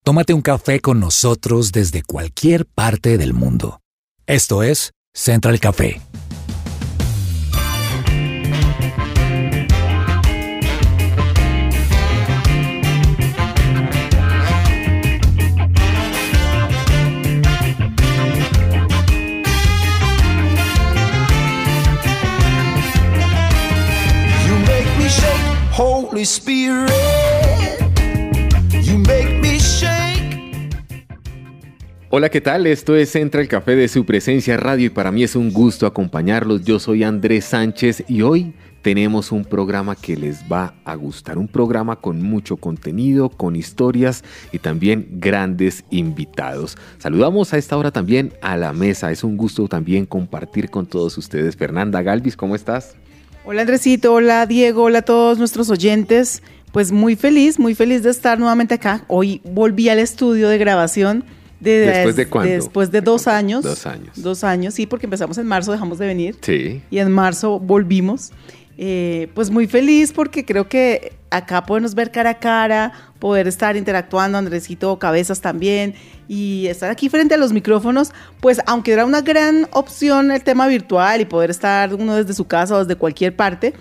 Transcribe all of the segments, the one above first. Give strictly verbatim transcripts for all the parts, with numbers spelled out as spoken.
tómate un café con nosotros desde cualquier parte del mundo. Esto es Central Café. Holy Spirit, you make me shake. Hola, ¿qué tal? Esto es Central Café de Su Presencia Radio y para mí es un gusto acompañarlos. Yo soy Andrés Sánchez y hoy tenemos un programa que les va a gustar, un programa con mucho contenido, con historias y también grandes invitados. Saludamos a esta hora también a la mesa, es un gusto también compartir con todos ustedes. Fernanda Galvis, ¿cómo estás? Hola Andresito, hola Diego, hola a todos nuestros oyentes. Pues muy feliz, muy feliz de estar nuevamente acá. Hoy volví al estudio de grabación. De, ¿Después de cuándo? Después de dos años. Dos años. Dos años, sí, porque empezamos en marzo, dejamos de venir. Sí. Y en marzo volvimos. Eh, pues muy feliz porque creo que acá podemos ver cara a cara, poder estar interactuando, Andresito, Cabezas también, y estar aquí frente a los micrófonos, pues aunque era una gran opción el tema virtual y poder estar uno desde su casa o desde cualquier parte,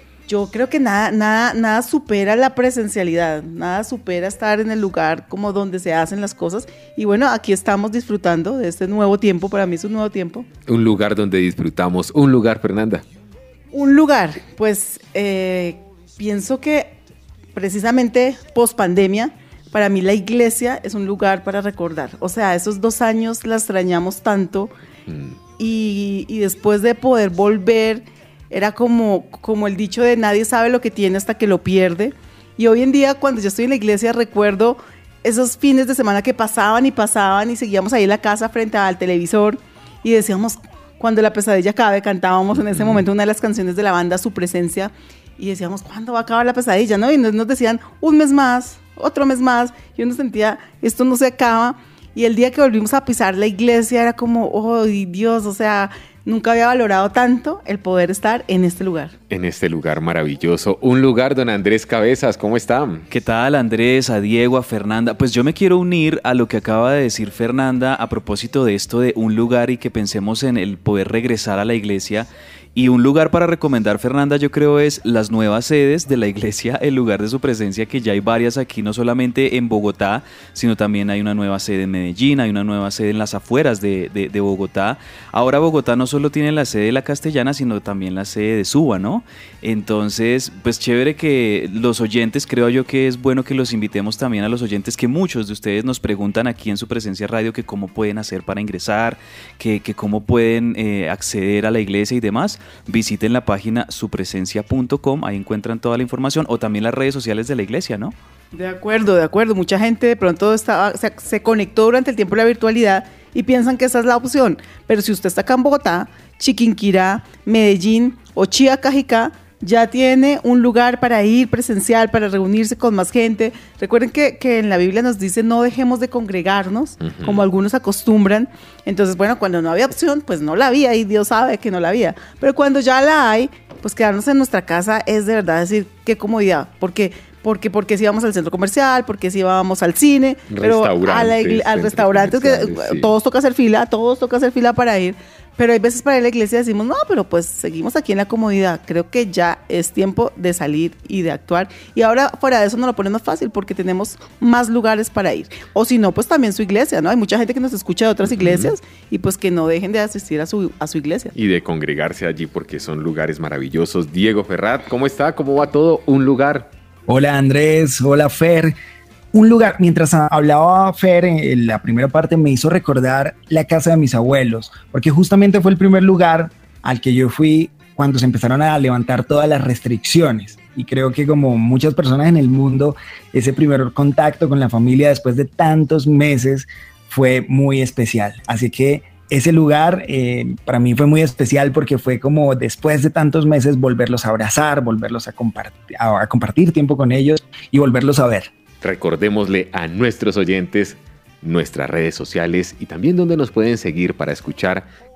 yo creo que nada, nada, nada supera la presencialidad, nada supera estar en el lugar como donde se hacen las cosas. Y bueno, aquí estamos disfrutando de este nuevo tiempo, para mí es un nuevo tiempo. Un lugar donde disfrutamos, un lugar, Fernanda. Un lugar, pues eh, pienso que precisamente post pandemia, para mí la iglesia es un lugar para recordar. O sea, esos dos años la extrañamos tanto mm. y, y después de poder volver, era como, como el dicho de nadie sabe lo que tiene hasta que lo pierde. Y hoy en día, cuando yo estoy en la iglesia, recuerdo esos fines de semana que pasaban y pasaban y seguíamos ahí en la casa frente al televisor y decíamos, cuando la pesadilla acabe, cantábamos en ese momento una de las canciones de la banda, Su Presencia, y decíamos, ¿cuándo va a acabar la pesadilla? ¿No? Y nos, nos decían, un mes más, otro mes más, y uno sentía, esto no se acaba, y el día que volvimos a pisar la iglesia era como, oh Dios, o sea, nunca había valorado tanto el poder estar en este lugar. En este lugar maravilloso. Un lugar, don Andrés Cabezas, ¿cómo están? ¿Qué tal, Andrés, a Diego, a Fernanda? Pues yo me quiero unir a lo que acaba de decir Fernanda a propósito de esto de un lugar y que pensemos en el poder regresar a la iglesia. Y un lugar para recomendar, Fernanda, yo creo es las nuevas sedes de la iglesia, el lugar de Su Presencia, que ya hay varias aquí, no solamente en Bogotá, sino también hay una nueva sede en Medellín, hay una nueva sede en las afueras de, de, de Bogotá. Ahora Bogotá no solo tiene la sede de La Castellana, sino también la sede de Suba, ¿no? Entonces, pues chévere que los oyentes, creo yo que es bueno que los invitemos también a los oyentes, que muchos de ustedes nos preguntan aquí en Su Presencia Radio que cómo pueden hacer para ingresar, que, que cómo pueden eh, acceder a la iglesia y demás. Visiten la página su presencia punto com, ahí encuentran toda la información, o también las redes sociales de la iglesia, ¿no? De acuerdo, de acuerdo. Mucha gente de pronto estaba, se, se conectó durante el tiempo de la virtualidad y piensan que esa es la opción. Pero si usted está acá en Bogotá, Chiquinquirá, Medellín o Chía, Cajicá, ya tiene un lugar para ir presencial, para reunirse con más gente. Recuerden que, que en la Biblia nos dice no dejemos de congregarnos, uh-huh. como algunos acostumbran. Entonces, bueno, cuando no había opción, pues no la había y Dios sabe que no la había. Pero cuando ya la hay, pues quedarnos en nuestra casa es de verdad decir qué comodidad, porque porque porque si íbamos al centro comercial, porque si íbamos al cine, pero a la iglesia, al restaurante que sí. todos toca hacer fila, todos toca hacer fila para ir. Pero hay veces para ir a la iglesia decimos, no, pero pues seguimos aquí en la comodidad. Creo que ya es tiempo de salir y de actuar. Y ahora fuera de eso nos lo ponemos fácil porque tenemos más lugares para ir. O si no, pues también su iglesia, ¿no? Hay mucha gente que nos escucha de otras iglesias uh-huh. y pues que no dejen de asistir a su, a su iglesia. Y de congregarse allí porque son lugares maravillosos. Diego Ferrat, ¿cómo está? ¿Cómo va todo? Un lugar. Hola Andrés, hola Fer. Un lugar, mientras hablaba Fer en la primera parte, me hizo recordar la casa de mis abuelos, porque justamente fue el primer lugar al que yo fui cuando se empezaron a levantar todas las restricciones. Y creo que como muchas personas en el mundo, ese primer contacto con la familia después de tantos meses fue muy especial. Así que ese lugar eh, para mí fue muy especial porque fue como después de tantos meses volverlos a abrazar, volverlos a, compart- a, a compartir tiempo con ellos y volverlos a ver. Recordémosle a nuestros oyentes nuestras redes sociales y también donde nos pueden seguir para escuchar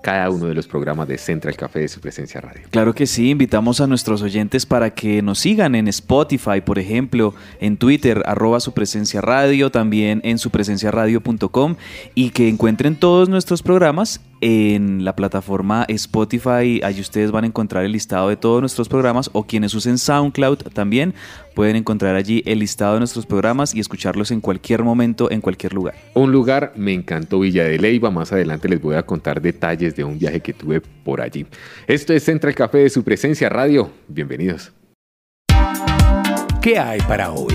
cada uno de los programas de Central Café de su presencia radio. Claro que sí, invitamos a nuestros oyentes para que nos sigan en Spotify, por ejemplo, en Twitter, arroba su presencia radio, también en su presencia radio punto com, y que encuentren todos nuestros programas en la plataforma Spotify. Allí ustedes van a encontrar el listado de todos nuestros programas, o quienes usen SoundCloud también pueden encontrar allí el listado de nuestros programas y escucharlos en cualquier momento, en cualquier lugar. Un lugar, me encantó Villa de Leyva. Más adelante les voy a contar detalles de un viaje que tuve por allí. Esto es Central Café de su presencia radio. Bienvenidos. ¿Qué hay para hoy?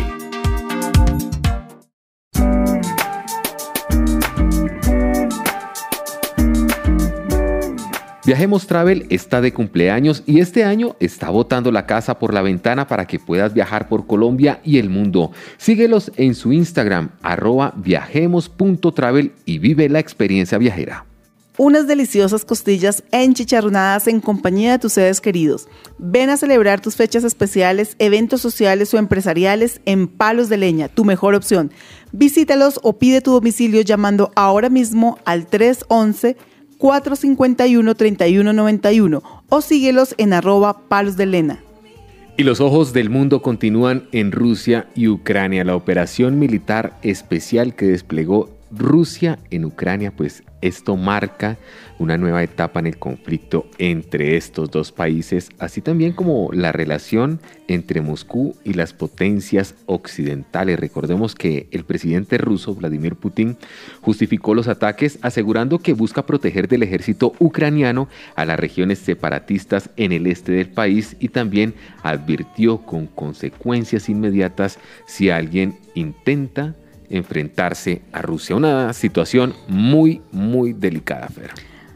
Viajemos Travel está de cumpleaños y este año está botando la casa por la ventana para que puedas viajar por Colombia y el mundo. Síguelos en su Instagram, arroba viajemos punto travel, y vive la experiencia viajera. Unas deliciosas costillas enchicharronadas en compañía de tus seres queridos. Ven a celebrar tus fechas especiales, eventos sociales o empresariales en Palos de Leña, tu mejor opción. Visítalos o pide tu domicilio llamando ahora mismo al tres once, cuatro cincuenta y uno, treinta y uno noventa y uno o síguelos en arroba palos de Lena. Y los ojos del mundo continúan en Rusia y Ucrania. La operación militar especial que desplegó Rusia en Ucrania, pues esto marca una nueva etapa en el conflicto entre estos dos países, así también como la relación entre Moscú y las potencias occidentales. Recordemos que el presidente ruso, Vladimir Putin, justificó los ataques asegurando que busca proteger del ejército ucraniano a las regiones separatistas en el este del país, y también advirtió con consecuencias inmediatas si alguien intenta enfrentarse a Rusia. Una situación muy, muy delicada, Fer.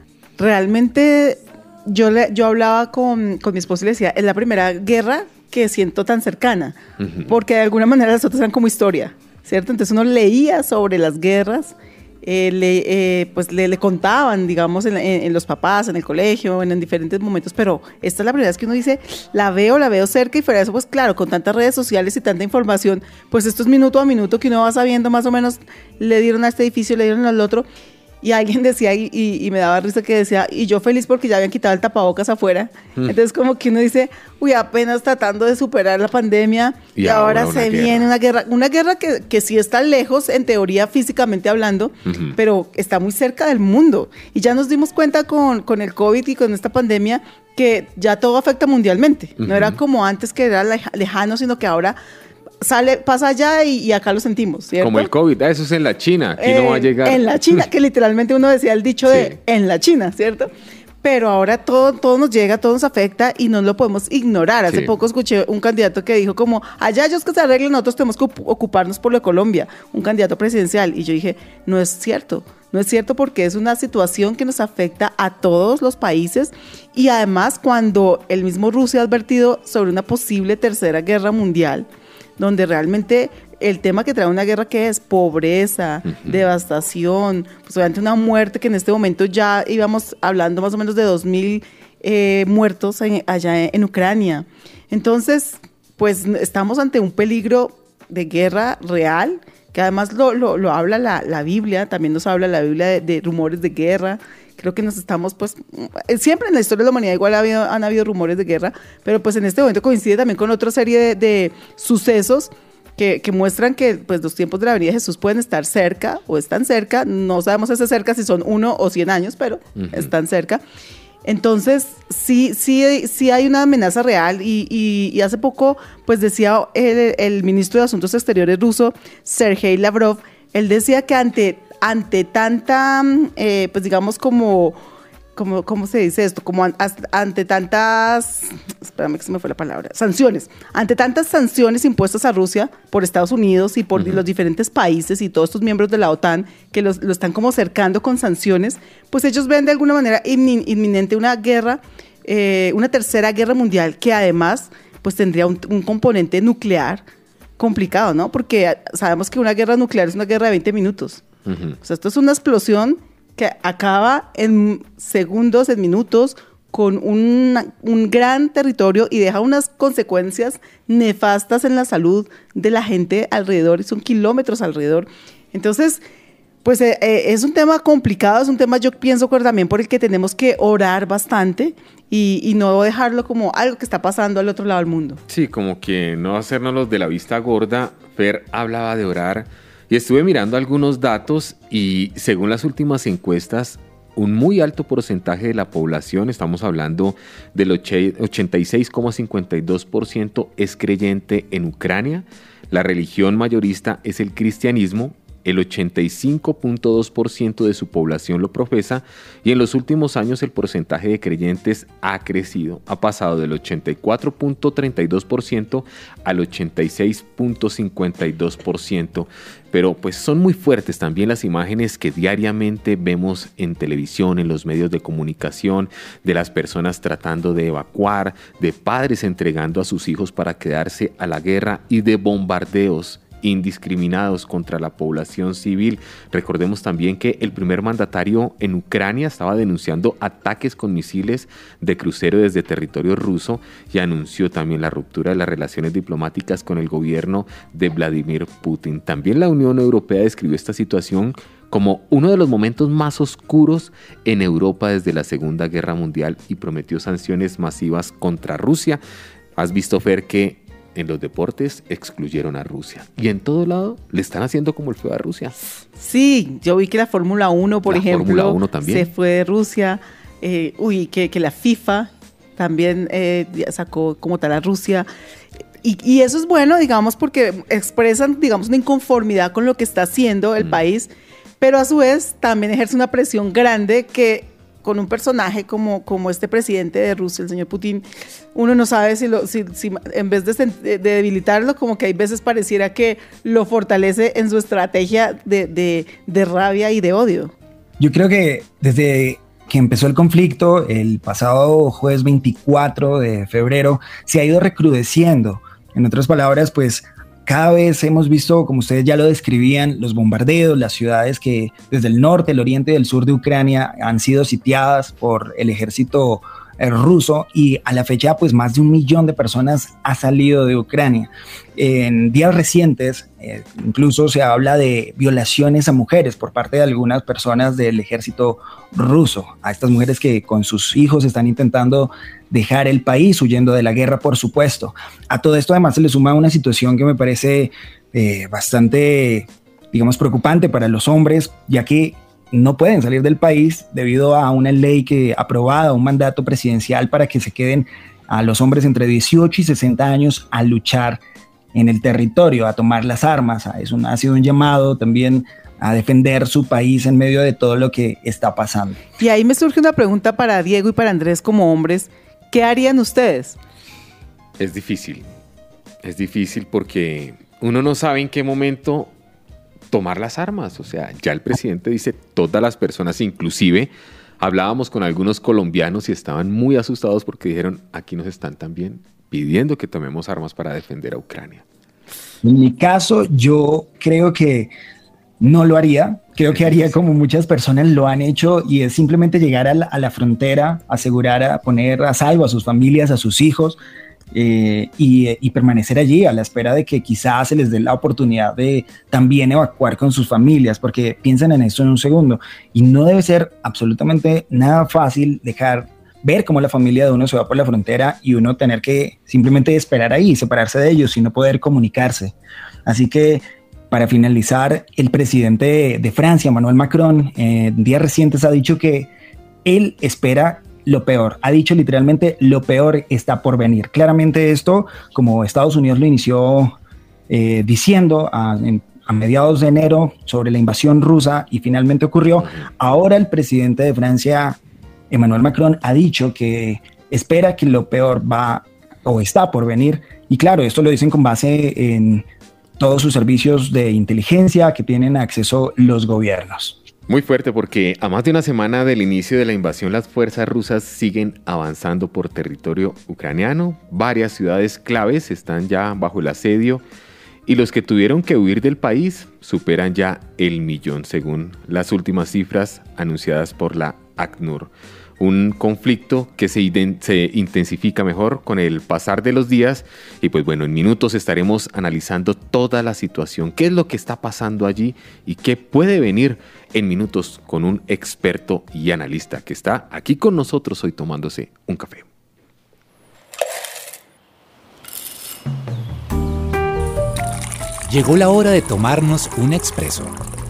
Realmente yo, le, yo hablaba con, con mi esposo y le decía, es la primera guerra que siento tan cercana, uh-huh. porque de alguna manera las otras eran como historia, ¿cierto? Entonces uno leía sobre las guerras, eh, le, eh, pues le, le contaban, digamos, en, en, en los papás, en el colegio, en, en diferentes momentos, pero esta es la primera vez que uno dice, la veo, la veo cerca, y fuera de eso, pues claro, con tantas redes sociales y tanta información, pues esto es minuto a minuto que uno va sabiendo más o menos, le dieron a este edificio, le dieron al otro, y alguien decía, y, y, y me daba risa que decía, y yo feliz porque ya habían quitado el tapabocas afuera. Mm. Entonces como que uno dice, uy, apenas tratando de superar la pandemia, y, y ahora, ahora se guerra. viene una guerra, una guerra que, que sí está lejos, en teoría, físicamente hablando, uh-huh. pero está muy cerca del mundo. Y ya nos dimos cuenta con, con el COVID y con esta pandemia que ya todo afecta mundialmente. Uh-huh. No era como antes, que era lejano, sino que ahora sale, pasa allá y, y acá lo sentimos, ¿cierto? Como el COVID, ah, eso es en la China, aquí eh, no va a llegar. En la China, que literalmente uno decía el dicho sí. de en la China, ¿cierto? Pero ahora todo, todo nos llega, todo nos afecta y no lo podemos ignorar. Hace sí. poco escuché un candidato que dijo como, allá ellos que se arreglen, nosotros tenemos que ocuparnos por lo de Colombia, un candidato presidencial. Y yo dije, no es cierto, no es cierto, porque es una situación que nos afecta a todos los países, y además cuando el mismo Rusia ha advertido sobre una posible tercera guerra mundial, donde realmente el tema que trae una guerra, que es pobreza, uh-huh. devastación, pues obviamente una muerte, que en este momento ya íbamos hablando más o menos de dos mil eh, muertos en, allá en Ucrania. Entonces, pues estamos ante un peligro de guerra real, que además lo, lo, lo habla la, la Biblia, también nos habla la Biblia de, de rumores de guerra. Creo que nos estamos, pues, siempre en la historia de la humanidad igual ha habido, han habido rumores de guerra, pero pues en este momento coincide también con otra serie de, de sucesos que, que muestran que pues los tiempos de la venida de Jesús pueden estar cerca o están cerca. No sabemos ese cerca si son uno o cien años, pero uh-huh. están cerca. Entonces, sí, sí, sí hay una amenaza real, y, y, y hace poco, pues decía el, el ministro de Asuntos Exteriores ruso, Sergei Lavrov, él decía que ante ante tanta, eh, pues digamos como, como, ¿cómo se dice esto? Como an, ante tantas, espérame que se me fue la palabra, sanciones, ante tantas sanciones impuestas a Rusia por Estados Unidos y por uh-huh. los diferentes países y todos estos miembros de la OTAN que los, lo están como cercando con sanciones, pues ellos ven de alguna manera inmin, inminente una guerra, eh, una tercera guerra mundial, que además pues tendría un, un componente nuclear complicado, ¿no? Porque sabemos que una guerra nuclear es una guerra de veinte minutos. Uh-huh. O sea, esto es una explosión que acaba en segundos, en minutos, con un, un gran territorio, y deja unas consecuencias nefastas en la salud de la gente alrededor, y son kilómetros alrededor. Entonces, Pues eh, eh, es un tema complicado, es un tema yo pienso que también por el que tenemos que orar bastante y, y no dejarlo como algo que está pasando al otro lado del mundo. Sí, como que no hacernos los de la vista gorda. Fer hablaba de orar y estuve mirando algunos datos y según las últimas encuestas, un muy alto porcentaje de la población, estamos hablando del ochenta y seis coma cincuenta y dos por ciento, es creyente en Ucrania. La religión mayorista es el cristianismo. El ochenta y cinco punto dos por ciento de su población lo profesa y en los últimos años el porcentaje de creyentes ha crecido, ha pasado del ochenta y cuatro punto treinta y dos por ciento al ochenta y seis punto cincuenta y dos por ciento. Pero pues son muy fuertes también las imágenes que diariamente vemos en televisión, en los medios de comunicación, de las personas tratando de evacuar, de padres entregando a sus hijos para quedarse a la guerra y de bombardeos indiscriminados contra la población civil. Recordemos también que el primer mandatario en Ucrania estaba denunciando ataques con misiles de crucero desde territorio ruso y anunció también la ruptura de las relaciones diplomáticas con el gobierno de Vladimir Putin. También la Unión Europea describió esta situación como uno de los momentos más oscuros en Europa desde la Segunda Guerra Mundial y prometió sanciones masivas contra Rusia. Has visto, Fer, que en los deportes excluyeron a Rusia. Y en todo lado le están haciendo como el feo a Rusia. Sí, yo vi que la Fórmula uno, por la ejemplo, Fórmula uno también se fue de Rusia. Eh, uy, que, que la FIFA también eh, sacó como tal a Rusia. Y, y eso es bueno, digamos, porque expresan, digamos, una inconformidad con lo que está haciendo el mm. país, pero a su vez también ejerce una presión grande que con un personaje como, como este presidente de Rusia, el señor Putin, uno no sabe si, lo, si, si en vez de, de debilitarlo, como que hay veces pareciera que lo fortalece en su estrategia de, de, de rabia y de odio. Yo creo que desde que empezó el conflicto, el pasado jueves veinticuatro de febrero, se ha ido recrudeciendo. En otras palabras, pues cada vez hemos visto, como ustedes ya lo describían, los bombardeos, las ciudades que desde el norte, el oriente y el sur de Ucrania han sido sitiadas por el ejército ruso y a la fecha pues más de un millón de personas ha salido de Ucrania. En días recientes eh, incluso se habla de violaciones a mujeres por parte de algunas personas del ejército ruso, a estas mujeres que con sus hijos están intentando dejar el país huyendo de la guerra, por supuesto. A todo esto además se le suma una situación que me parece eh, bastante, digamos, preocupante para los hombres, ya que no pueden salir del país debido a una ley que aprobada, un mandato presidencial para que se queden a los hombres entre dieciocho y sesenta años a luchar en el territorio, a tomar las armas. Es un, ha sido un llamado también a defender su país en medio de todo lo que está pasando. Y ahí me surge una pregunta para Diego y para Andrés como hombres. ¿Qué harían ustedes? Es difícil, es difícil porque uno no sabe en qué momento tomar las armas. O sea, ya el presidente dice todas las personas, inclusive hablábamos con algunos colombianos y estaban muy asustados porque dijeron, aquí nos están también pidiendo que tomemos armas para defender a Ucrania. En mi caso, yo creo que no lo haría. Creo que haría como muchas personas lo han hecho y es simplemente llegar a la, a la frontera, asegurar a poner a salvo a sus familias, a sus hijos, Eh, y, y permanecer allí a la espera de que quizás se les dé la oportunidad de también evacuar con sus familias, porque piensen en esto en un segundo y no debe ser absolutamente nada fácil dejar ver cómo la familia de uno se va por la frontera y uno tener que simplemente esperar ahí, separarse de ellos y no poder comunicarse. Así que para finalizar, el presidente de, de Francia, Emmanuel Macron, eh, en días recientes ha dicho que él espera lo peor, ha dicho literalmente lo peor está por venir. Claramente esto, como Estados Unidos lo inició eh, diciendo a, en, a mediados de enero sobre la invasión rusa y finalmente ocurrió, ahora el presidente de Francia, Emmanuel Macron, ha dicho que espera que lo peor va o está por venir y claro, esto lo dicen con base en todos sus servicios de inteligencia que tienen acceso los gobiernos. Muy fuerte porque a más de una semana del inicio de la invasión las fuerzas rusas siguen avanzando por territorio ucraniano. Varias ciudades claves están ya bajo el asedio y los que tuvieron que huir del país superan ya el millón según las últimas cifras anunciadas por la ACNUR. un conflicto que se, se intensifica mejor con el pasar de los días y pues bueno, en minutos estaremos analizando toda la situación, qué es lo que está pasando allí y qué puede venir en minutos con un experto y analista que está aquí con nosotros hoy tomándose un café. Llegó la hora de tomarnos un expreso.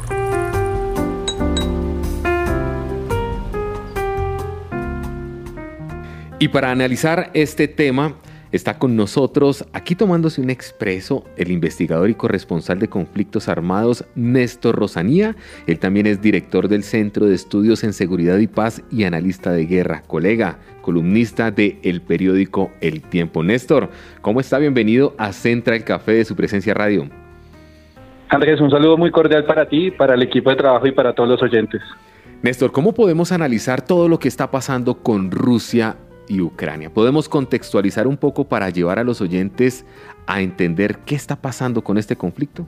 Y para analizar este tema, está con nosotros, aquí tomándose un expreso, el investigador y corresponsal de conflictos armados, Néstor Rosanía. Él también es director del Centro de Estudios en Seguridad y Paz y analista de guerra, colega, columnista de el periódico El Tiempo. Néstor, ¿cómo está? Bienvenido a Central Café de su presencia radio. Andrés, un saludo muy cordial para ti, para el equipo de trabajo y para todos los oyentes. Néstor, ¿cómo podemos analizar todo lo que está pasando con Rusia y Ucrania? ¿Podemos contextualizar un poco para llevar a los oyentes a entender qué está pasando con este conflicto?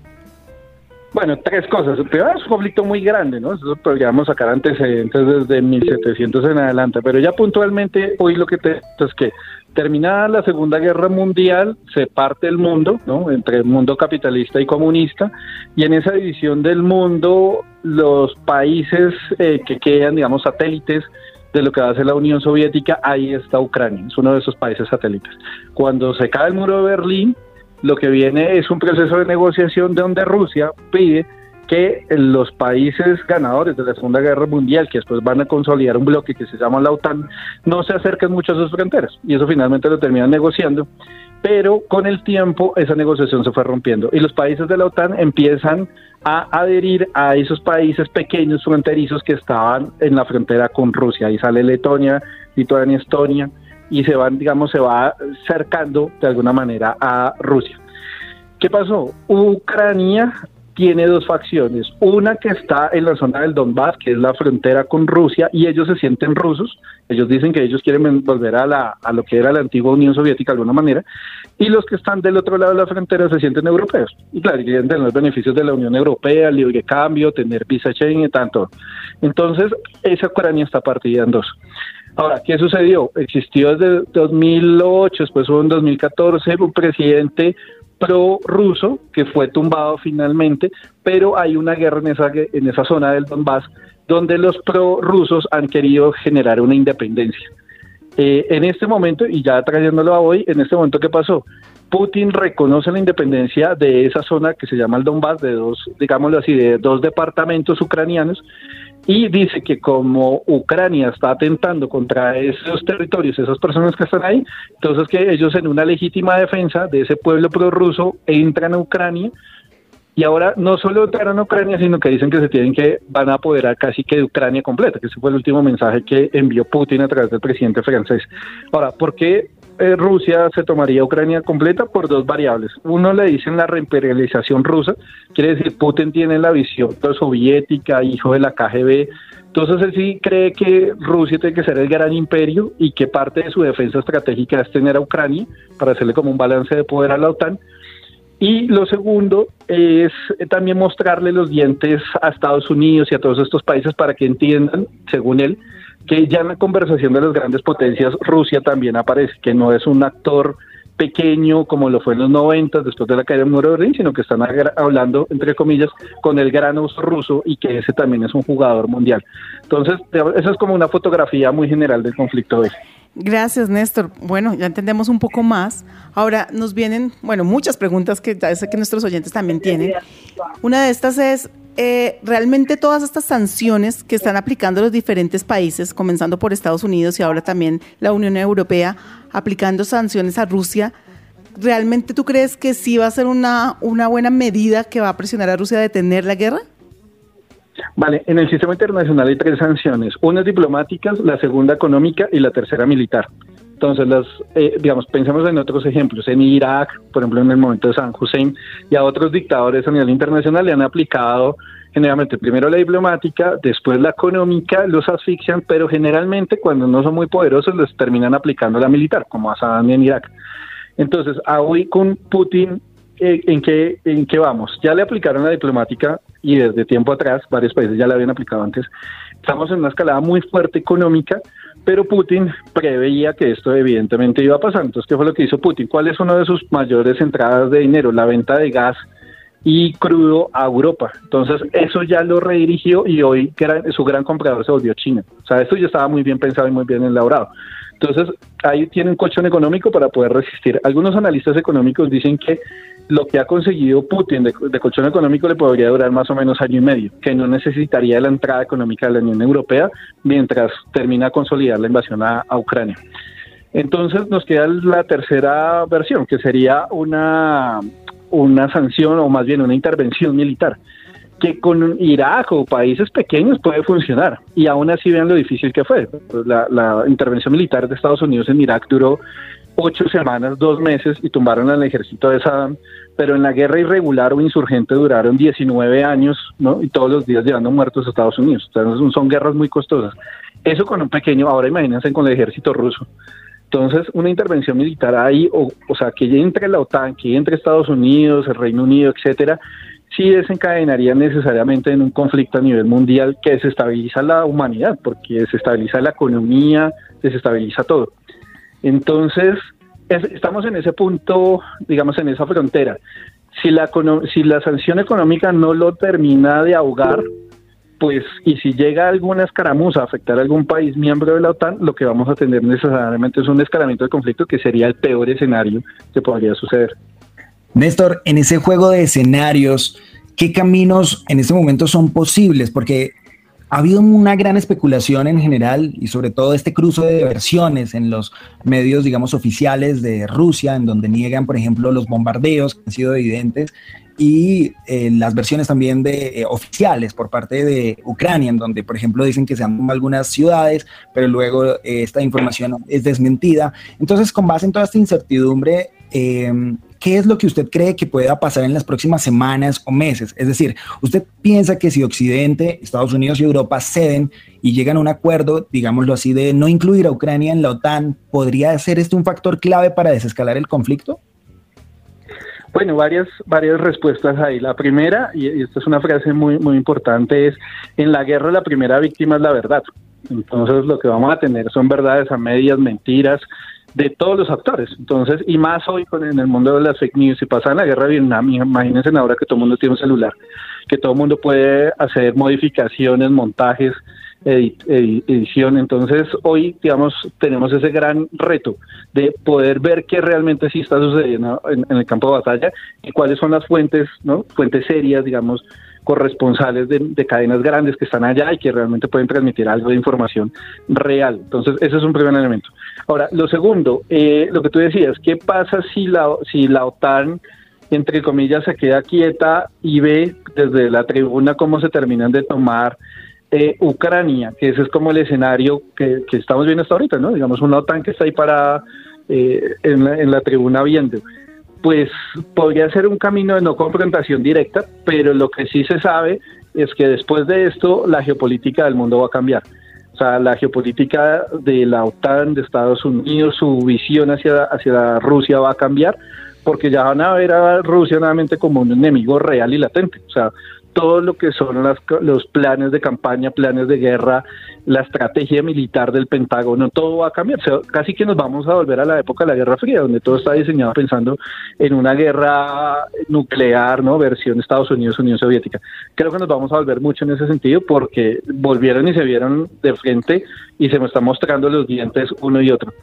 Bueno, tres cosas. Primero, es un conflicto muy grande, ¿no? Eso podríamos sacar antecedentes desde mil setecientos en adelante, pero ya puntualmente hoy lo que te es que terminada la Segunda Guerra Mundial se parte el mundo, ¿no? Entre el mundo capitalista y comunista, y en esa división del mundo los países eh, que quedan, digamos, satélites de lo que va a ser la Unión Soviética, ahí está Ucrania, es uno de esos países satélites. Cuando se cae el muro de Berlín, lo que viene es un proceso de negociación donde Rusia pide que los países ganadores de la Segunda Guerra Mundial, que después van a consolidar un bloque que se llama la OTAN, no se acerquen mucho a sus fronteras, y eso finalmente lo terminan negociando, pero con el tiempo esa negociación se fue rompiendo, y los países de la OTAN empiezan a adherir a esos países pequeños fronterizos que estaban en la frontera con Rusia. Ahí sale Letonia, Lituania, Estonia, y se van, digamos, se va acercando de alguna manera a Rusia. ¿Qué pasó? Ucrania tiene dos facciones, una que está en la zona del Donbass, que es la frontera con Rusia, y ellos se sienten rusos, ellos dicen que ellos quieren volver a, la, a lo que era la antigua Unión Soviética de alguna manera, y los que están del otro lado de la frontera se sienten europeos, y claro, quieren tener los beneficios de la Unión Europea, libre cambio, tener visa Schengen y tanto. Entonces, esa Ucrania está partida en dos. Ahora, ¿qué sucedió? Existió desde dos mil ocho, después hubo en dos mil catorce un presidente pro-ruso que fue tumbado finalmente, pero hay una guerra en esa, en esa zona del Donbass donde los pro-rusos han querido generar una independencia. Eh, en este momento, y ya trayéndolo a hoy, en este momento, ¿qué pasó? Putin reconoce la independencia de esa zona que se llama el Donbass, de dos, digámoslo así, de dos departamentos ucranianos, y dice que como Ucrania está atentando contra esos territorios, esas personas que están ahí, entonces que ellos en una legítima defensa de ese pueblo prorruso entran a Ucrania, y ahora no solo entraron a Ucrania, sino que dicen que se tienen que, van a apoderar casi que de Ucrania completa, que ese fue el último mensaje que envió Putin a través del presidente francés. Ahora, ¿por qué eh, Rusia se tomaría Ucrania completa? Por dos variables. Uno, le dicen la reimperialización rusa, quiere decir Putin tiene la visión soviética, hijo de la K G B, entonces él sí cree que Rusia tiene que ser el gran imperio y que parte de su defensa estratégica es tener a Ucrania para hacerle como un balance de poder a la OTAN. Y lo segundo es también mostrarle los dientes a Estados Unidos y a todos estos países para que entiendan, según él, que ya en la conversación de las grandes potencias Rusia también aparece, que no es un actor pequeño como lo fue en los noventas después de la caída del muro de Berlín, sino que están hablando, entre comillas, con el gran oso ruso y que ese también es un jugador mundial. Entonces, esa es como una fotografía muy general del conflicto de hoy. Gracias, Néstor. Bueno, ya entendemos un poco más. Ahora nos vienen, bueno, muchas preguntas que ya sé que nuestros oyentes también tienen. Una de estas es, eh, ¿realmente todas estas sanciones que están aplicando los diferentes países, comenzando por Estados Unidos y ahora también la Unión Europea, aplicando sanciones a Rusia, ¿realmente tú crees que sí va a ser una, una buena medida que va a presionar a Rusia a detener la guerra? Vale, en el sistema internacional hay tres sanciones, una diplomáticas, la segunda económica y la tercera militar. Entonces, las, eh, digamos, pensemos en otros ejemplos, en Irak, por ejemplo, en el momento de Saddam Hussein, y a otros dictadores a nivel internacional le han aplicado generalmente primero la diplomática, después la económica, los asfixian, pero generalmente cuando no son muy poderosos les terminan aplicando la militar, como a Saddam en Irak. Entonces, a hoy con Putin eh, ¿en qué, en qué vamos? Ya le aplicaron la diplomática y desde tiempo atrás, varios países ya la habían aplicado antes. Estamos en una escalada muy fuerte económica, pero Putin preveía que esto evidentemente iba a pasar. Entonces, ¿qué fue lo que hizo Putin? ¿Cuál es una de sus mayores entradas de dinero? La venta de gas y crudo a Europa. Entonces, eso ya lo redirigió y hoy su gran comprador se volvió China. O sea, esto ya estaba muy bien pensado y muy bien elaborado. Entonces, ahí tiene un colchón económico para poder resistir. Algunos analistas económicos dicen que lo que ha conseguido Putin de, de colchón económico le podría durar más o menos año y medio, que no necesitaría la entrada económica de la Unión Europea mientras termina de consolidar la invasión a, a Ucrania. Entonces, nos queda la tercera versión, que sería una, una sanción o más bien una intervención militar, que con Irak o países pequeños puede funcionar, y aún así vean lo difícil que fue. La, la intervención militar de Estados Unidos en Irak duró ocho semanas, dos meses, y tumbaron al ejército de Saddam, pero en la guerra irregular o insurgente duraron diecinueve años, ¿no? Y todos los días llevando muertos a Estados Unidos. Entonces son guerras muy costosas. Eso con un pequeño, ahora imagínense con el ejército ruso. Entonces, una intervención militar ahí, o, o sea, que entre la OTAN, que entre Estados Unidos, el Reino Unido, etcétera, sí desencadenaría necesariamente en un conflicto a nivel mundial que desestabiliza la humanidad, porque desestabiliza la economía, desestabiliza todo. Entonces, es, estamos en ese punto, digamos, en esa frontera. Si la, si la sanción económica no lo termina de ahogar, pues, y si llega alguna escaramuza a afectar a algún país miembro de la OTAN, lo que vamos a tener necesariamente es un escalamiento del conflicto, que sería el peor escenario que podría suceder. Néstor, en ese juego de escenarios, ¿qué caminos en este momento son posibles? Porque ha habido una gran especulación en general y sobre todo este cruce de versiones en los medios, digamos, oficiales de Rusia, en donde niegan, por ejemplo, los bombardeos que han sido evidentes, y eh, las versiones también de eh, oficiales por parte de Ucrania, en donde, por ejemplo, dicen que se han tomado algunas ciudades, pero luego eh, esta información es desmentida. Entonces, con base en toda esta incertidumbre, eh, ¿qué es lo que usted cree que pueda pasar en las próximas semanas o meses? Es decir, ¿usted piensa que si Occidente, Estados Unidos y Europa ceden y llegan a un acuerdo, digámoslo así, de no incluir a Ucrania en la OTAN, podría ser este un factor clave para desescalar el conflicto? Bueno, varias, varias respuestas ahí. La primera, y esta es una frase muy, muy importante, es: en la guerra la primera víctima es la verdad. Entonces lo que vamos a tener son verdades a medias, mentiras, de todos los actores. Entonces, y más hoy con en el mundo de las fake news. Si pasa en la guerra de Vietnam, imagínense ahora que todo el mundo tiene un celular, que todo el mundo puede hacer modificaciones, montajes, edit, edit, edición. Entonces, hoy, digamos, tenemos ese gran reto de poder ver qué realmente sí está sucediendo en, en el campo de batalla y cuáles son las fuentes, ¿no? Fuentes serias, digamos, corresponsales de, de cadenas grandes que están allá y que realmente pueden transmitir algo de información real. Entonces, ese es un primer elemento. Ahora, lo segundo, eh, lo que tú decías, ¿qué pasa si la, si la OTAN, entre comillas, se queda quieta y ve desde la tribuna cómo se terminan de tomar eh, Ucrania? Que ese es como el escenario que, que estamos viendo hasta ahorita, ¿no? Digamos, una OTAN que está ahí parada eh, en, la, en la tribuna viendo. Pues podría ser un camino de no confrontación directa, pero lo que sí se sabe es que después de esto la geopolítica del mundo va a cambiar. O sea, la geopolítica de la OTAN, de Estados Unidos, su visión hacia, hacia Rusia va a cambiar, porque ya van a ver a Rusia nuevamente como un enemigo real y latente. O sea, todo lo que son las, los planes de campaña, planes de guerra, la estrategia militar del Pentágono, todo va a cambiar. O sea, casi que nos vamos a volver a la época de la Guerra Fría, donde todo está diseñado pensando en una guerra nuclear, ¿no? Versión Estados Unidos, Unión Soviética. Creo que nos vamos a volver mucho en ese sentido, porque volvieron y se vieron de frente y se me están mostrando los dientes uno y otro.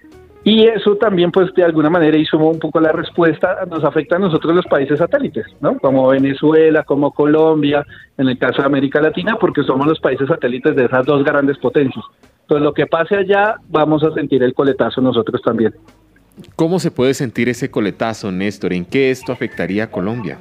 Y eso también, pues, de alguna manera, hizo un poco la respuesta, nos afecta a nosotros los países satélites, ¿no? Como Venezuela, como Colombia, en el caso de América Latina, porque somos los países satélites de esas dos grandes potencias. Entonces, lo que pase allá, vamos a sentir el coletazo nosotros también. ¿Cómo se puede sentir ese coletazo, Néstor? ¿En qué esto afectaría a Colombia?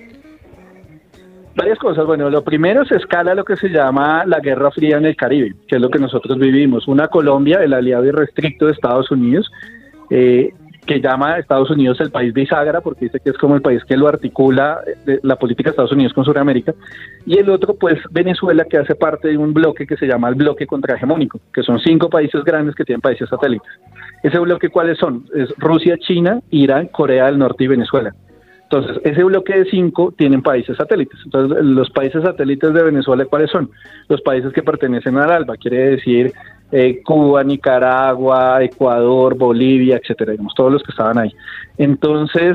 Varias cosas. Bueno, lo primero se escala lo que se llama la Guerra Fría en el Caribe, que es lo que nosotros vivimos. Una Colombia, el aliado irrestricto de Estados Unidos, eh, que llama a Estados Unidos el país bisagra, porque dice que es como el país que lo articula eh, la política de Estados Unidos con Sudamérica. Y el otro, pues, Venezuela, que hace parte de un bloque que se llama el bloque contrahegemónico, que son cinco países grandes que tienen países satélites. Ese bloque, ¿cuáles son? Es Rusia, China, Irán, Corea del Norte y Venezuela. Entonces, ese bloque de cinco tienen países satélites. Entonces, los países satélites de Venezuela, ¿cuáles son? Los países que pertenecen al ALBA, quiere decir eh, Cuba, Nicaragua, Ecuador, Bolivia, etcétera, digamos, todos los que estaban ahí. Entonces,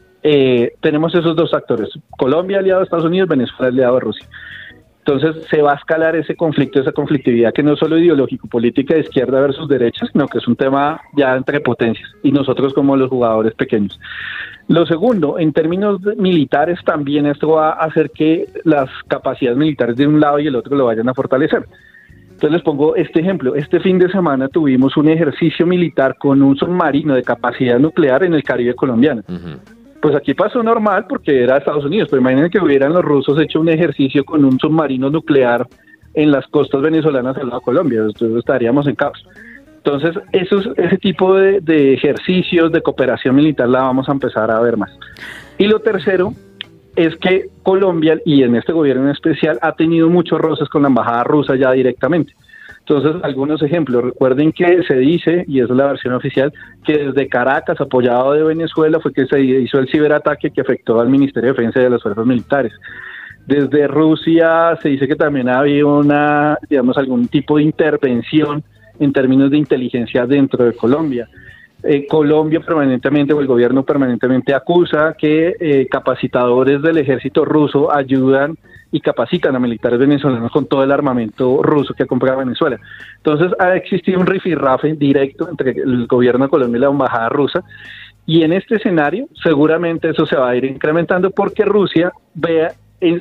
eh, tenemos esos dos actores, Colombia aliado a Estados Unidos, Venezuela aliado a Rusia. Entonces se va a escalar ese conflicto, esa conflictividad que no es solo ideológico, política de izquierda versus derecha, sino que es un tema ya entre potencias y nosotros como los jugadores pequeños. Lo segundo, en términos militares también esto va a hacer que las capacidades militares de un lado y el otro lo vayan a fortalecer. Entonces les pongo este ejemplo. Este fin de semana tuvimos un ejercicio militar con un submarino de capacidad nuclear en el Caribe colombiano. Uh-huh. Pues aquí pasó normal porque era Estados Unidos, pero imaginen que hubieran los rusos hecho un ejercicio con un submarino nuclear en las costas venezolanas al lado de Colombia, entonces estaríamos en caos. Entonces, esos, ese tipo de, de ejercicios de cooperación militar la vamos a empezar a ver más. Y lo tercero es que Colombia, y en este gobierno en especial, ha tenido muchos roces con la embajada rusa ya directamente. Entonces, algunos ejemplos. Recuerden que se dice, y esa es la versión oficial, que desde Caracas, apoyado de Venezuela, fue que se hizo el ciberataque que afectó al Ministerio de Defensa y de las fuerzas militares. Desde Rusia se dice que también ha habido una, digamos, algún tipo de intervención en términos de inteligencia dentro de Colombia. Eh, Colombia permanentemente, o el gobierno permanentemente acusa que eh, capacitadores del ejército ruso ayudan y capacitan a militares venezolanos con todo el armamento ruso que ha comprado Venezuela. Entonces ha existido un rifirrafe directo entre el gobierno de Colombia y la embajada rusa, y en este escenario seguramente eso se va a ir incrementando porque Rusia vea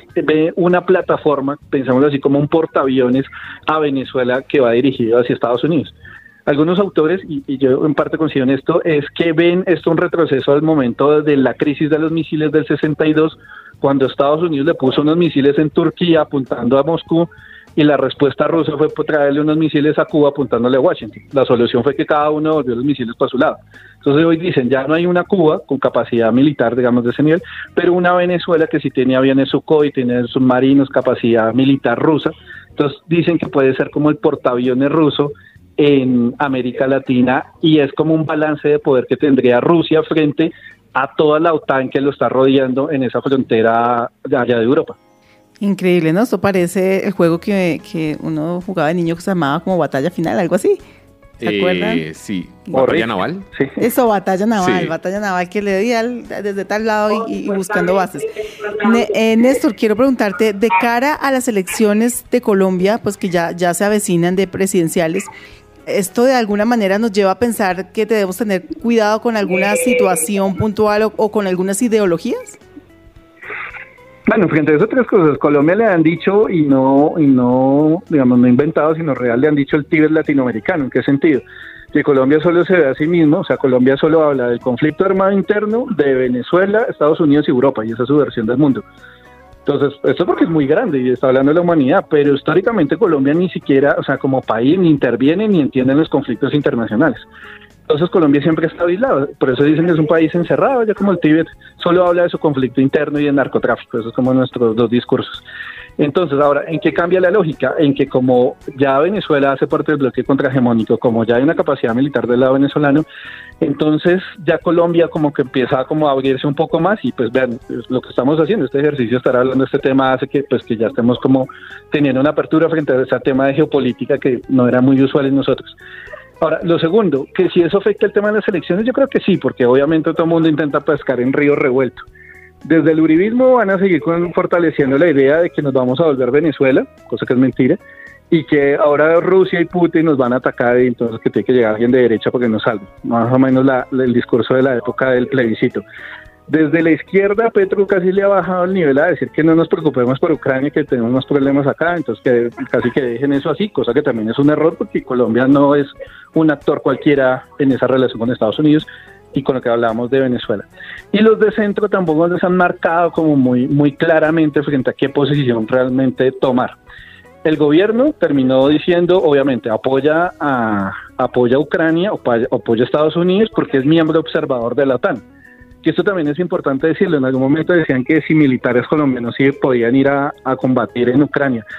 ve una plataforma, pensámoslo así, como un portaaviones a Venezuela que va dirigido hacia Estados Unidos. Algunos autores, y, y yo en parte coincido en esto, es que ven esto un retroceso al momento de la crisis de los misiles del sesenta y dos, cuando Estados Unidos le puso unos misiles en Turquía apuntando a Moscú, y la respuesta rusa fue traerle unos misiles a Cuba apuntándole a Washington. La solución fue que cada uno volvió los misiles para su lado. Entonces hoy dicen, ya no hay una Cuba con capacidad militar, digamos, de ese nivel, pero una Venezuela que sí tiene aviones Sukhoi, tiene submarinos, capacidad militar rusa. Entonces dicen que puede ser como el portaaviones ruso en América Latina, y es como un balance de poder que tendría Rusia frente a toda la OTAN que lo está rodeando en esa frontera allá de Europa. Increíble, ¿no? Esto parece el juego que, que uno jugaba de niño que se llamaba como Batalla Final, algo así. ¿Se eh, acuerdan? Sí, Batalla Naval. Sí. Eso, Batalla Naval, sí. Batalla Naval, que le di al, desde tal lado y, y buscando bases. Ne, eh, Néstor, quiero preguntarte, de cara a las elecciones de Colombia, pues que ya, ya se avecinan de presidenciales, ¿esto de alguna manera nos lleva a pensar que debemos tener cuidado con alguna situación puntual o, o con algunas ideologías? Bueno, frente a esas tres cosas, Colombia le han dicho, y no, y no, digamos, no inventado, sino real, le han dicho el Tíbet latinoamericano. ¿En qué sentido? Que Colombia solo se ve a sí mismo, o sea, Colombia solo habla del conflicto armado interno de Venezuela, Estados Unidos y Europa, y esa es su versión del mundo. Entonces, esto porque es muy grande y está hablando de la humanidad, pero históricamente Colombia ni siquiera, o sea, como país, ni interviene ni entiende los conflictos internacionales. Entonces Colombia siempre está aislado, por eso dicen que es un país encerrado, ya como el Tíbet solo habla de su conflicto interno y de narcotráfico, eso es como nuestros dos discursos. Entonces, ahora, ¿en qué cambia la lógica? En que como ya Venezuela hace parte del bloque contrahegemónico, como ya hay una capacidad militar del lado venezolano, entonces ya Colombia como que empieza como a abrirse un poco más, y pues vean, lo que estamos haciendo, este ejercicio, estar hablando de este tema hace que pues que ya estemos como teniendo una apertura frente a ese tema de geopolítica que no era muy usual en nosotros. Ahora, lo segundo, que si eso afecta el tema de las elecciones, yo creo que sí, porque obviamente todo el mundo intenta pescar en río revuelto. Desde el uribismo van a seguir con, fortaleciendo la idea de que nos vamos a volver Venezuela, cosa que es mentira, y que ahora Rusia y Putin nos van a atacar, y entonces que tiene que llegar alguien de derecha porque nos salve. Más o menos la, el discurso de la época del plebiscito. Desde la izquierda, Petro casi le ha bajado el nivel a decir que no nos preocupemos por Ucrania, que tenemos más problemas acá, entonces que casi que dejen eso así, cosa que también es un error porque Colombia no es un actor cualquiera en esa relación con Estados Unidos y con lo que hablábamos de Venezuela. Y los de centro tampoco les han marcado como muy, muy claramente frente a qué posición realmente tomar. El gobierno terminó diciendo, obviamente, apoya a, apoya a Ucrania, apoya a Estados Unidos porque es miembro observador de la OTAN. Que esto también es importante decirlo, en algún momento decían que si militares colombianos sí podían ir a, a combatir en Ucrania.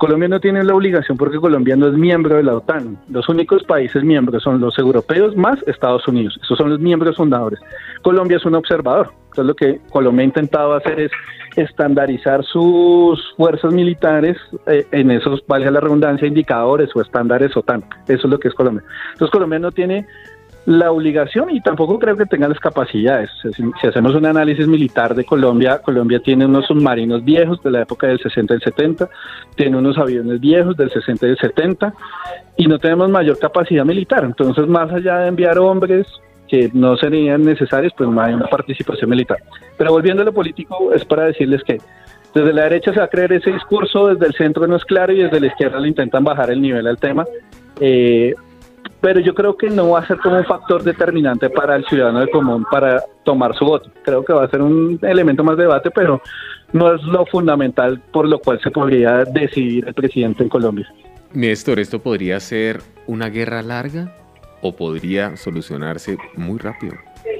Colombia no tiene la obligación porque Colombia no es miembro de la OTAN. Los únicos países miembros son los europeos más Estados Unidos. Esos son los miembros fundadores. Colombia es un observador. Entonces lo que Colombia ha intentado hacer es estandarizar sus fuerzas militares eh, en esos, valga la redundancia, indicadores o estándares OTAN. Eso es lo que es Colombia. Entonces Colombia no tiene la obligación y tampoco creo que tenga las capacidades. Si, si hacemos un análisis militar de Colombia, Colombia tiene unos submarinos viejos de la época del sesenta y el setenta, tiene unos aviones viejos del sesenta y el setenta y no tenemos mayor capacidad militar. Entonces, más allá de enviar hombres que no serían necesarios, pues no hay una participación militar. Pero volviendo a lo político, es para decirles que desde la derecha se va a creer ese discurso, desde el centro no es claro y desde la izquierda le intentan bajar el nivel al tema. Eh, pero yo creo que no va a ser como un factor determinante para el ciudadano de común para tomar su voto. Creo que va a ser un elemento más de debate, pero no es lo fundamental por lo cual se podría decidir el presidente en Colombia. Néstor, ¿esto podría ser una guerra larga o podría solucionarse muy rápido?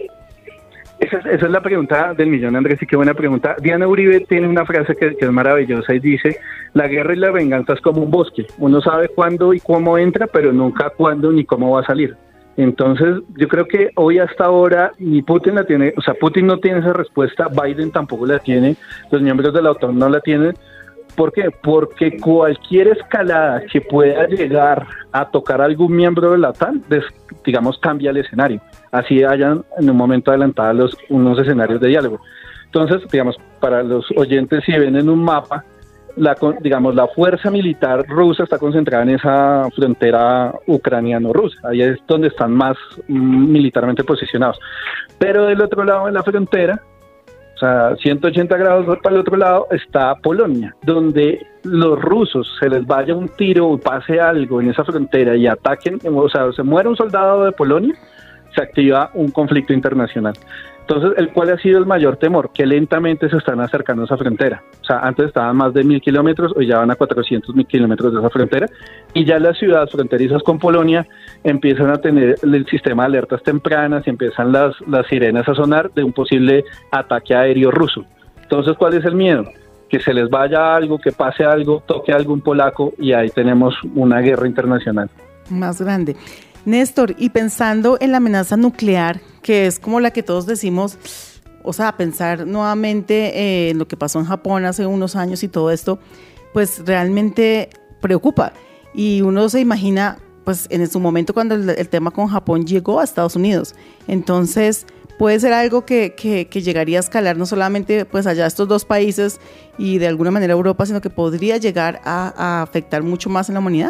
Esa es, esa es la pregunta del millón, Andrés, y qué buena pregunta. Diana Uribe tiene una frase que, que es maravillosa y dice: la guerra y la venganza es como un bosque, uno sabe cuándo y cómo entra, pero nunca cuándo ni cómo va a salir. Entonces yo creo que hoy hasta ahora ni Putin la tiene, o sea, Putin no tiene esa respuesta, Biden tampoco la tiene, los miembros de la OTAN no la tienen. ¿Por qué? Porque cualquier escalada que pueda llegar a tocar a algún miembro de la OTAN, digamos, cambia el escenario. Así hayan en un momento adelantados unos escenarios de diálogo. Entonces, digamos, para los oyentes, si ven en un mapa, la, digamos, la fuerza militar rusa está concentrada en esa frontera ucraniano-rusa. Ahí es donde están más mm, militarmente posicionados. Pero del otro lado de la frontera, o sea, ciento ochenta grados para el otro lado, está Polonia, donde los rusos se les vaya un tiro o pase algo en esa frontera y ataquen, o sea, se muere un soldado de Polonia, se activa un conflicto internacional. Entonces, ¿el cuál ha sido el mayor temor? Que lentamente se están acercando a esa frontera. O sea, antes estaban más de mil kilómetros, hoy ya van a cuatrocientos mil kilómetros de esa frontera, y ya las ciudades fronterizas con Polonia empiezan a tener el sistema de alertas tempranas y empiezan las, las sirenas a sonar de un posible ataque aéreo ruso. Entonces, ¿cuál es el miedo? Que se les vaya algo, que pase algo, toque a algún polaco y ahí tenemos una guerra internacional. Más grande. Néstor, y pensando en la amenaza nuclear, que es como la que todos decimos, o sea, pensar nuevamente eh, en lo que pasó en Japón hace unos años y todo esto, pues realmente preocupa. Y uno se imagina, pues en su momento cuando el, el tema con Japón llegó a Estados Unidos. Entonces, puede ser algo que, que, que llegaría a escalar no solamente pues allá estos dos países y de alguna manera Europa, sino que podría llegar a, a afectar mucho más en la humanidad.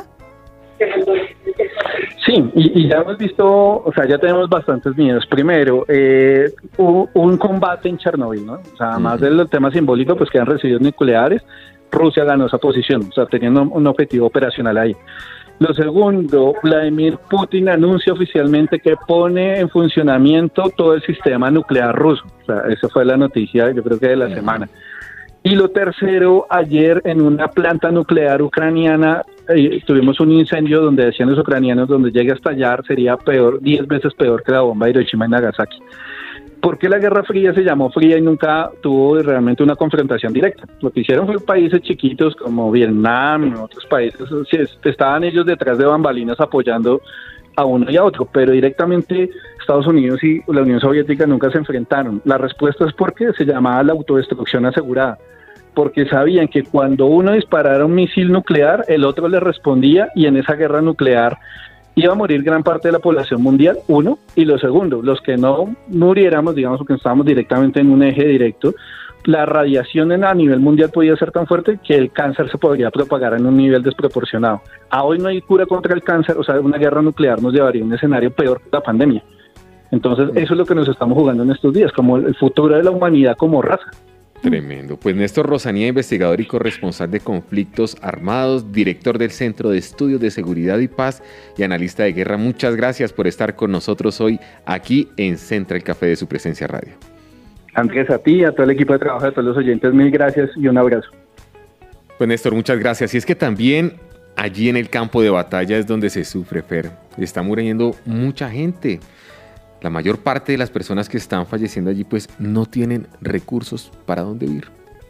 Sí, y, y ya hemos visto, o sea, ya tenemos bastantes miedos. Primero, eh, un, un combate en Chernobyl, ¿no? O sea, además uh-huh. del tema simbólico, pues quedan residuos nucleares. Rusia ganó esa posición, o sea, teniendo un objetivo operacional ahí. Lo segundo, Vladimir Putin anuncia oficialmente que pone en funcionamiento todo el sistema nuclear ruso. O sea, esa fue la noticia, yo creo que de la uh-huh. semana. Y lo tercero, ayer en una planta nuclear ucraniana eh, tuvimos un incendio donde decían los ucranianos, donde llegue a estallar sería peor, diez veces peor que la bomba de Hiroshima y Nagasaki. ¿Por qué la Guerra Fría se llamó fría y nunca tuvo realmente una confrontación directa? Lo que hicieron fue países chiquitos como Vietnam y otros países, estaban ellos detrás de bambalinas apoyando a uno y a otro, pero directamente Estados Unidos y la Unión Soviética nunca se enfrentaron. La respuesta es porque se llamaba la autodestrucción asegurada, porque sabían que cuando uno disparara un misil nuclear, el otro le respondía y en esa guerra nuclear iba a morir gran parte de la población mundial, uno, y lo segundo, los que no muriéramos, digamos, porque estábamos directamente en un eje directo, la radiación en, a nivel mundial podía ser tan fuerte que el cáncer se podría propagar en un nivel desproporcionado. A hoy no hay cura contra el cáncer, o sea, una guerra nuclear nos llevaría a un escenario peor que la pandemia. Entonces, eso es lo que nos estamos jugando en estos días, como el futuro de la humanidad como raza. Tremendo. Pues Néstor Rosanía, investigador y corresponsal de conflictos armados, director del Centro de Estudios de Seguridad y Paz y analista de guerra, muchas gracias por estar con nosotros hoy aquí en Central Café de Su Presencia Radio. Andrés, a ti, a todo el equipo de trabajo, a todos los oyentes, mil gracias y un abrazo. Pues Néstor, muchas gracias. Y es que también allí en el campo de batalla es donde se sufre, Fer. Está muriendo mucha gente. La mayor parte de las personas que están falleciendo allí pues no tienen recursos para dónde ir.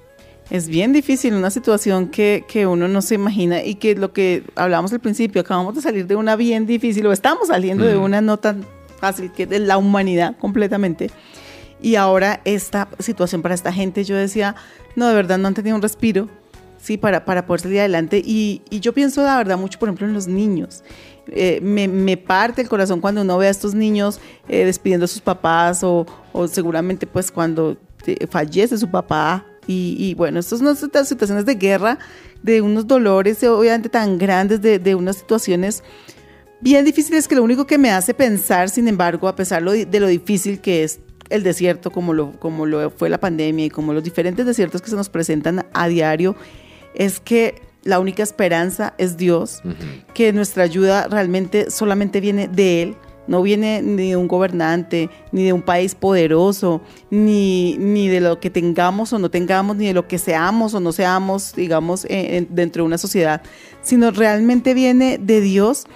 Es bien difícil, una situación que, que uno no se imagina y que lo que hablábamos al principio, acabamos de salir de una bien difícil o estamos saliendo mm. de una no tan fácil, que es de la humanidad completamente. Y ahora esta situación para esta gente, yo decía, no, de verdad no han tenido un respiro, sí, para, para poder salir adelante. Y, y yo pienso, la verdad, mucho, por ejemplo, en los niños. Eh, me, me parte el corazón cuando uno ve a estos niños eh, despidiendo a sus papás o, o seguramente pues cuando eh, fallece su papá. Y, y bueno, estas son unas situaciones de guerra, de unos dolores obviamente tan grandes, de, de unas situaciones bien difíciles que lo único que me hace pensar, sin embargo, a pesar de lo difícil que es el desierto, como lo, como lo fue la pandemia y como los diferentes desiertos que se nos presentan a diario, es que la única esperanza es Dios, uh-huh. que nuestra ayuda realmente solamente viene de Él, no viene ni de un gobernante, ni de un país poderoso, ni, ni de lo que tengamos o no tengamos, ni de lo que seamos o no seamos, digamos, eh, dentro de una sociedad, sino realmente viene de Dios.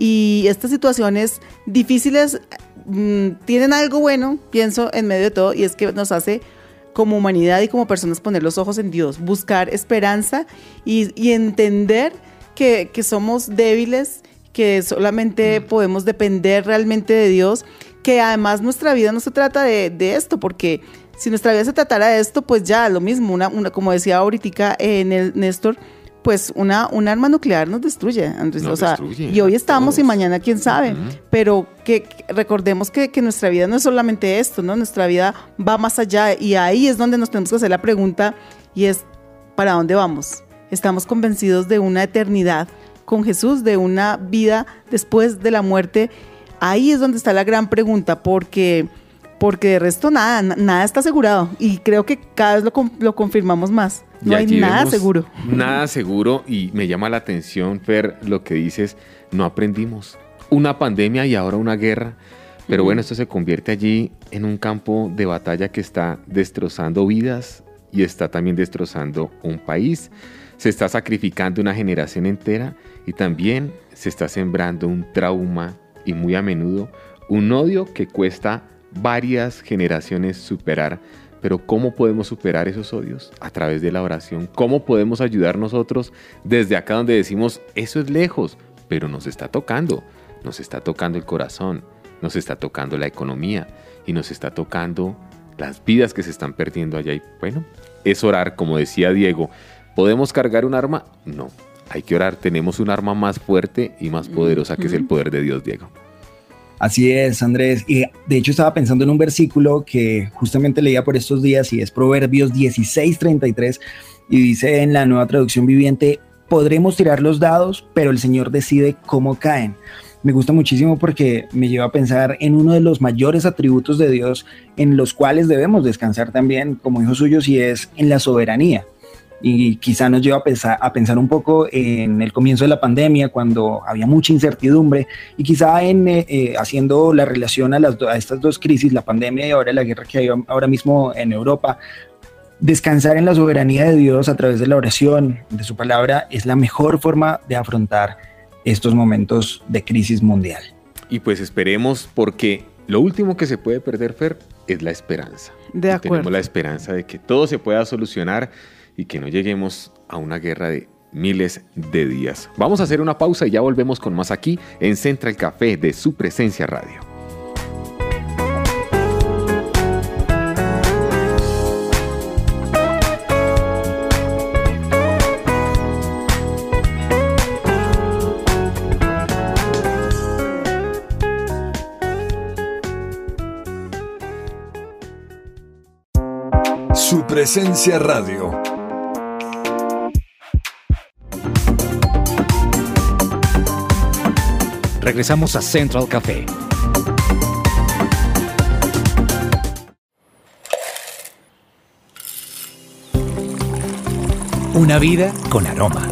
Y estas situaciones difíciles mmm, tienen algo bueno, pienso, en medio de todo, y es que nos hace como humanidad y como personas poner los ojos en Dios, buscar esperanza y, y entender que, que somos débiles, que solamente mm. podemos depender realmente de Dios, que además nuestra vida no se trata de, de esto, porque si nuestra vida se tratara de esto, pues ya lo mismo, una, una, como decía ahorita en el Néstor, pues una, una arma nuclear nos destruye, Andrés. Nos o sea, destruye, y hoy estamos todos. Y mañana quién sabe, uh-huh. pero que, que recordemos que, que nuestra vida no es solamente esto, ¿no? Nuestra vida va más allá y ahí es donde nos tenemos que hacer la pregunta y es, ¿para dónde vamos? ¿Estamos convencidos de una eternidad con Jesús, de una vida después de la muerte? Ahí es donde está la gran pregunta, porque, porque de resto nada, nada está asegurado y creo que cada vez lo, lo confirmamos más. No hay nada seguro. Nada seguro y me llama la atención, Fer, lo que dices, no aprendimos. Una pandemia y ahora una guerra, pero uh-huh. bueno, esto se convierte allí en un campo de batalla que está destrozando vidas y está también destrozando un país. Se está sacrificando una generación entera y también se está sembrando un trauma y muy a menudo un odio que cuesta varias generaciones superar. Pero ¿cómo podemos superar esos odios? A través de la oración. ¿Cómo podemos ayudar nosotros desde acá donde decimos, eso es lejos, pero nos está tocando? Nos está tocando el corazón, nos está tocando la economía y nos está tocando las vidas que se están perdiendo allá. Y bueno, es orar, como decía Diego. ¿Podemos cargar un arma? No, hay que orar. Tenemos un arma más fuerte y más poderosa que es el poder de Dios, Diego. Así es, Andrés. Y de hecho estaba pensando en un versículo que justamente leía por estos días y es Proverbios dieciséis treinta y tres y dice en la Nueva Traducción Viviente, podremos tirar los dados, pero el Señor decide cómo caen. Me gusta muchísimo porque me lleva a pensar en uno de los mayores atributos de Dios en los cuales debemos descansar también como hijos suyos y es en la soberanía. Y quizá nos lleva a pensar, a pensar un poco en el comienzo de la pandemia, cuando había mucha incertidumbre, y quizá en eh, haciendo la relación a, las do, a estas dos crisis, la pandemia y ahora la guerra que hay ahora mismo en Europa, descansar en la soberanía de Dios a través de la oración, de su palabra, es la mejor forma de afrontar estos momentos de crisis mundial. Y pues esperemos, porque lo último que se puede perder, Fer, es la esperanza. De acuerdo. Tenemos la esperanza de que todo se pueda solucionar y que no lleguemos a una guerra de miles de días. Vamos a hacer una pausa y ya volvemos con más aquí en Central Café de Su Presencia Radio. Su Presencia Radio. Regresamos a Central Café. Una vida con aroma.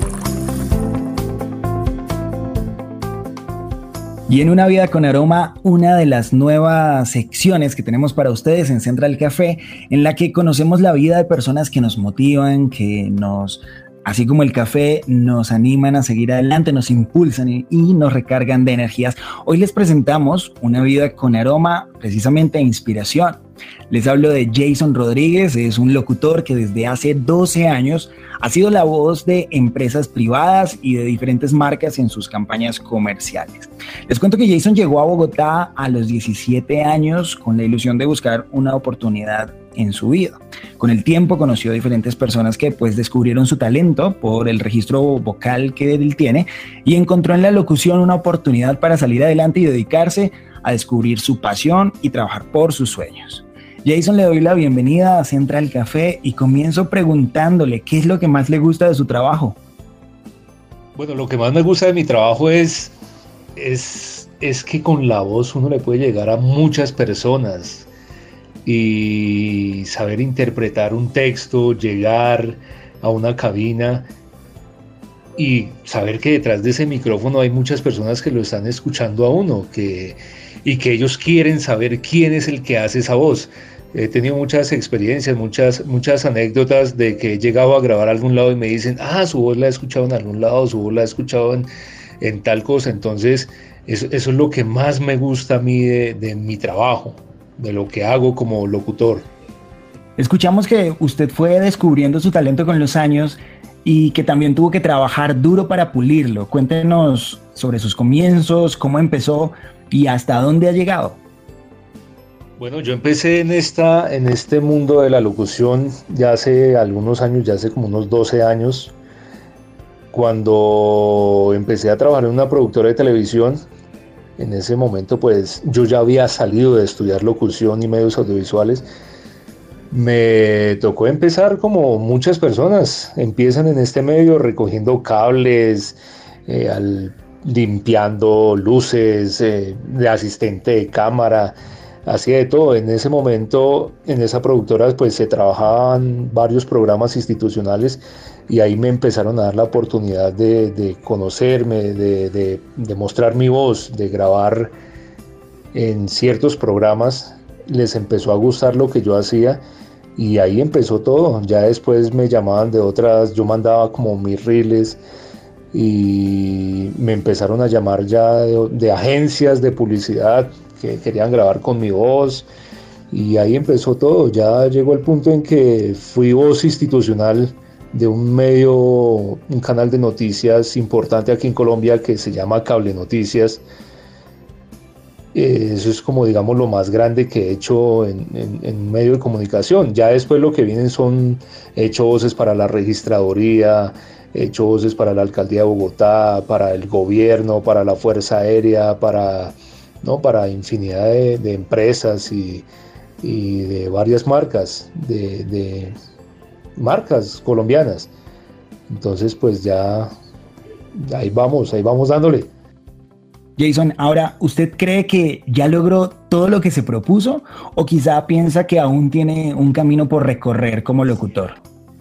Y en Una Vida con Aroma, una de las nuevas secciones que tenemos para ustedes en Central Café, en la que conocemos la vida de personas que nos motivan, que nos, así como el café, nos animan a seguir adelante, nos impulsan y, y nos recargan de energías. Hoy les presentamos Una Vida con Aroma, precisamente de inspiración. Les hablo de Jason Rodríguez, es un locutor que desde hace doce años ha sido la voz de empresas privadas y de diferentes marcas en sus campañas comerciales. Les cuento que Jason llegó a Bogotá a los diecisiete años con la ilusión de buscar una oportunidad en su vida. Con el tiempo conoció a diferentes personas que pues descubrieron su talento por el registro vocal que él tiene y encontró en la locución una oportunidad para salir adelante y dedicarse a descubrir su pasión y trabajar por sus sueños. Jason, le doy la bienvenida a Central Café y comienzo preguntándole qué es lo que más le gusta de su trabajo. Bueno, lo que más me gusta de mi trabajo es, es, es que con la voz uno le puede llegar a muchas personas y saber interpretar un texto, llegar a una cabina y saber que detrás de ese micrófono hay muchas personas que lo están escuchando a uno que, y que ellos quieren saber quién es el que hace esa voz. He tenido muchas experiencias, muchas, muchas anécdotas de que he llegado a grabar a algún lado y me dicen, ah, su voz la he escuchado en algún lado, su voz la he escuchado en, en tal cosa. Entonces, eso, eso es lo que más me gusta a mí de, de mi trabajo, de lo que hago como locutor. Escuchamos que usted fue descubriendo su talento con los años y que también tuvo que trabajar duro para pulirlo. Cuéntenos sobre sus comienzos, cómo empezó y hasta dónde ha llegado. Bueno, yo empecé en, esta, en este mundo de la locución ya hace algunos años, ya hace como unos doce años, cuando empecé a trabajar en una productora de televisión. En ese momento pues yo ya había salido de estudiar locución y medios audiovisuales. Me tocó empezar como muchas personas empiezan en este medio, recogiendo cables, eh, al, limpiando luces, eh, de asistente de cámara, hacía de todo. En ese momento, en esa productora, pues se trabajaban varios programas institucionales y ahí me empezaron a dar la oportunidad de, de conocerme, de, de, de mostrar mi voz, de grabar en ciertos programas. Les empezó a gustar lo que yo hacía y ahí empezó todo. Ya después me llamaban de otras, yo mandaba como mis reels y me empezaron a llamar ya de, de agencias de publicidad que querían grabar con mi voz y ahí empezó todo. Ya llegó el punto en que fui voz institucional de un medio, un canal de noticias importante aquí en Colombia que se llama Cable Noticias. Eso es como digamos lo más grande que he hecho en, en, en medio de comunicación. Ya después lo que vienen son, he hecho voces para la registraduría, he hecho voces para la alcaldía de Bogotá, para el gobierno, para la Fuerza Aérea, para, ¿no? para infinidad de, de empresas y, y de varias marcas, de, de marcas colombianas. Entonces pues ya ahí vamos, ahí vamos dándole. Jason, ahora, ¿usted cree que ya logró todo lo que se propuso o quizá piensa que aún tiene un camino por recorrer como locutor?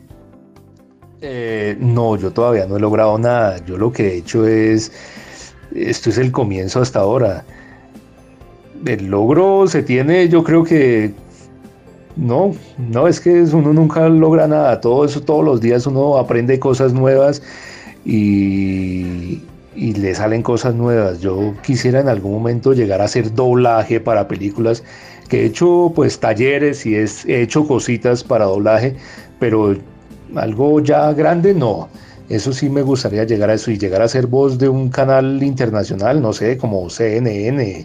Eh, no, yo todavía no he logrado nada. Yo lo que he hecho es, esto es el comienzo hasta ahora. El logro se tiene, yo creo que no, no es que uno nunca logra nada. Todo eso, todos los días uno aprende cosas nuevas y, y le salen cosas nuevas. Yo quisiera en algún momento llegar a hacer doblaje para películas, que he hecho pues talleres y es, he hecho cositas para doblaje, pero algo ya grande no. Eso sí me gustaría llegar a eso y llegar a ser voz de un canal internacional, no sé, como C N N,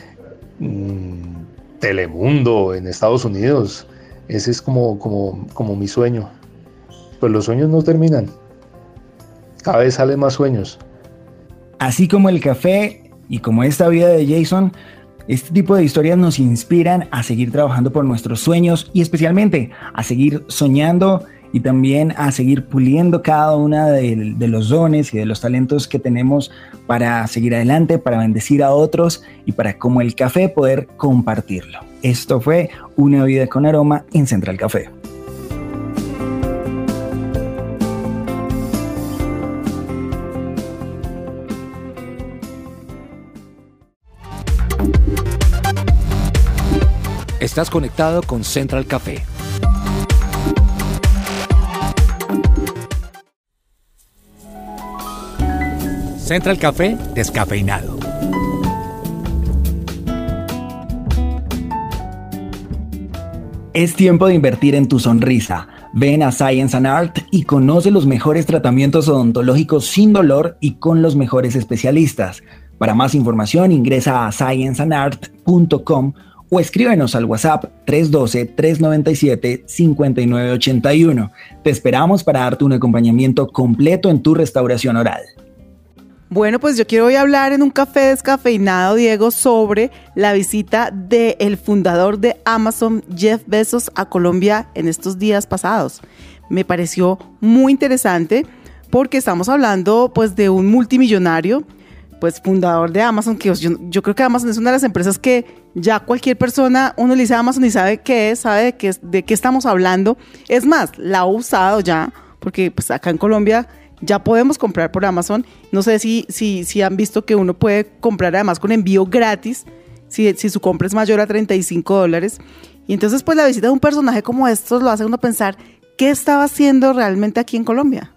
mmm, Telemundo en Estados Unidos. Ese es como, como, como mi sueño. Pues los sueños no terminan. Cada vez salen más sueños. Así como el café y como esta vida de Jason, este tipo de historias nos inspiran a seguir trabajando por nuestros sueños y especialmente a seguir soñando y también a seguir puliendo cada una de, de los dones y de los talentos que tenemos para seguir adelante, para bendecir a otros y para, como el café, poder compartirlo. Esto fue Una Vida con Aroma en Central Café. Estás conectado con Central Café. Central Café descafeinado. Es tiempo de invertir en tu sonrisa. Ven a Science and Art y conoce los mejores tratamientos odontológicos sin dolor y con los mejores especialistas. Para más información ingresa a science and art punto com o escríbenos al WhatsApp tres uno dos, tres nueve siete, cinco nueve ocho uno. Te esperamos para darte un acompañamiento completo en tu restauración oral. Bueno, pues yo quiero hoy hablar en un café descafeinado, Diego, sobre la visita del fundador de Amazon, Jeff Bezos, a Colombia en estos días pasados. Me pareció muy interesante porque estamos hablando pues de un multimillonario, pues fundador de Amazon, que yo, yo creo que Amazon es una de las empresas que ya cualquier persona, uno le dice a Amazon y sabe qué es, sabe de qué, de qué estamos hablando. Es más, la ha usado ya, porque pues acá en Colombia ya podemos comprar por Amazon. No sé si, si, si han visto que uno puede comprar además con envío gratis si, si su compra es mayor a treinta y cinco dólares. Y entonces pues la visita de un personaje como estos lo hace uno pensar qué estaba haciendo realmente aquí en Colombia.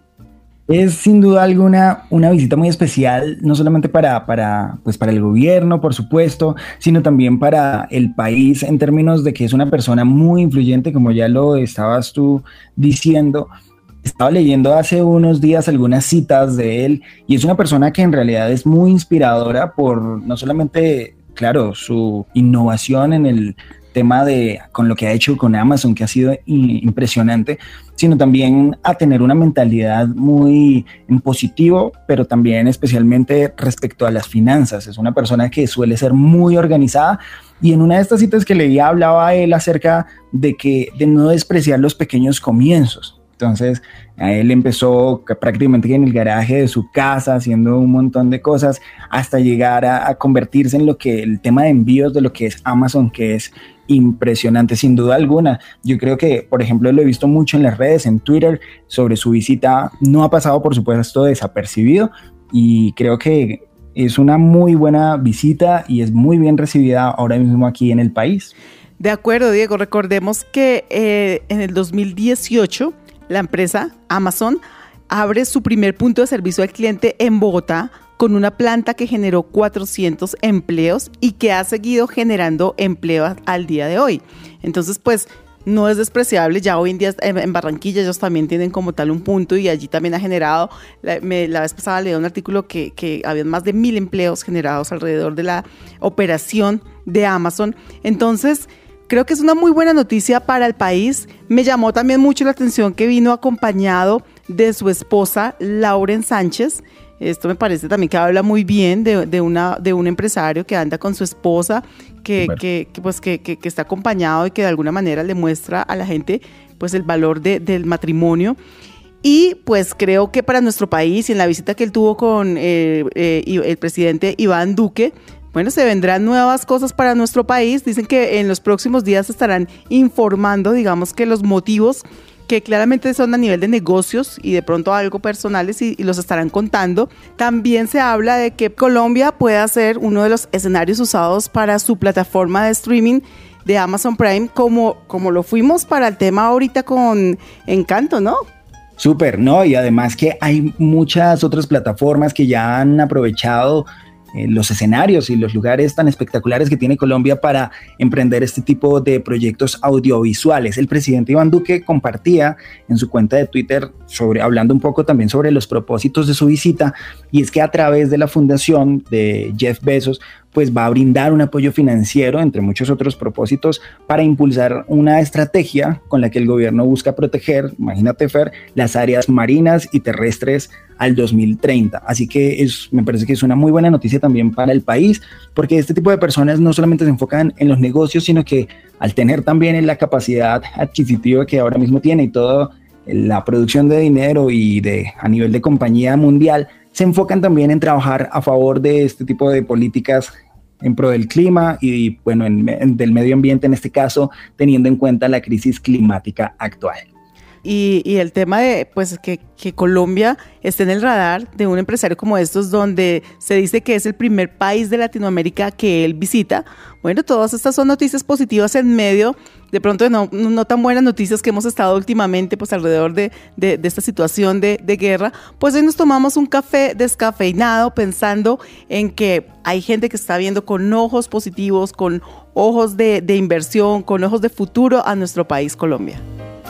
Es sin duda alguna una visita muy especial, no solamente para, para, pues para el gobierno, por supuesto, sino también para el país en términos de que es una persona muy influyente, como ya lo estabas tú diciendo. Estaba leyendo hace unos días algunas citas de él y es una persona que en realidad es muy inspiradora por no solamente, claro, su innovación en el tema de con lo que ha hecho con Amazon, que ha sido impresionante, sino también a tener una mentalidad muy en positivo, pero también especialmente respecto a las finanzas. Es una persona que suele ser muy organizada y en una de estas citas que leía hablaba él acerca de que de no despreciar los pequeños comienzos. Entonces, él empezó prácticamente en el garaje de su casa haciendo un montón de cosas hasta llegar a, a convertirse en lo que el tema de envíos de lo que es Amazon, que es impresionante sin duda alguna. Yo creo que, por ejemplo, lo he visto mucho en las redes, en Twitter, sobre su visita. No ha pasado, por supuesto, desapercibido y creo que es una muy buena visita y es muy bien recibida ahora mismo aquí en el país. De acuerdo, Diego. Recordemos que eh, en el dos mil dieciocho la empresa Amazon abre su primer punto de servicio al cliente en Bogotá con una planta que generó cuatrocientos empleos y que ha seguido generando empleo al día de hoy. Entonces, pues, no es despreciable. Ya hoy en día en Barranquilla ellos también tienen como tal un punto y allí también ha generado, la, me, la vez pasada leí un artículo que, que habían más de mil empleos generados alrededor de la operación de Amazon. Entonces, creo que es una muy buena noticia para el país. Me llamó también mucho la atención que vino acompañado de su esposa, Lauren Sánchez. Esto me parece también que habla muy bien de, de, una, de un empresario que anda con su esposa, que, que, que, pues que, que, que está acompañado y que de alguna manera le muestra a la gente pues, el valor de, del matrimonio. Y pues creo que para nuestro país y en la visita que él tuvo con eh, eh, el presidente Iván Duque, bueno, se vendrán nuevas cosas para nuestro país. Dicen que en los próximos días estarán informando, digamos que los motivos que claramente son a nivel de negocios y de pronto algo personales y, y los estarán contando. También se habla de que Colombia pueda ser uno de los escenarios usados para su plataforma de streaming de Amazon Prime, como, como lo fuimos para el tema ahorita con Encanto, ¿no? Súper, ¿no? Y además que hay muchas otras plataformas que ya han aprovechado Eh, los escenarios y los lugares tan espectaculares que tiene Colombia para emprender este tipo de proyectos audiovisuales. El presidente Iván Duque compartía en su cuenta de Twitter sobre, hablando un poco también sobre los propósitos de su visita, y es que a través de la fundación de Jeff Bezos pues va a brindar un apoyo financiero, entre muchos otros propósitos, para impulsar una estrategia con la que el gobierno busca proteger, imagínate, Fer, las áreas marinas y terrestres al dos mil treinta. Así que es, me parece que es una muy buena noticia también para el país, porque este tipo de personas no solamente se enfocan en los negocios, sino que al tener también la capacidad adquisitiva que ahora mismo tiene y toda la producción de dinero y de a nivel de compañía mundial, se enfocan también en trabajar a favor de este tipo de políticas en pro del clima y, bueno, en, en, del medio ambiente en este caso, teniendo en cuenta la crisis climática actual. y, y el tema de pues que, que Colombia esté en el radar de un empresario como estos, donde se dice que es el primer país de Latinoamérica que él visita. Bueno, todas estas son noticias positivas en medio de pronto de no, no tan buenas noticias que hemos estado últimamente pues alrededor de, de, de esta situación de, de guerra. Pues hoy nos tomamos un café descafeinado pensando en que hay gente que está viendo con ojos positivos, con ojos de, de inversión, con ojos de futuro a nuestro país, Colombia.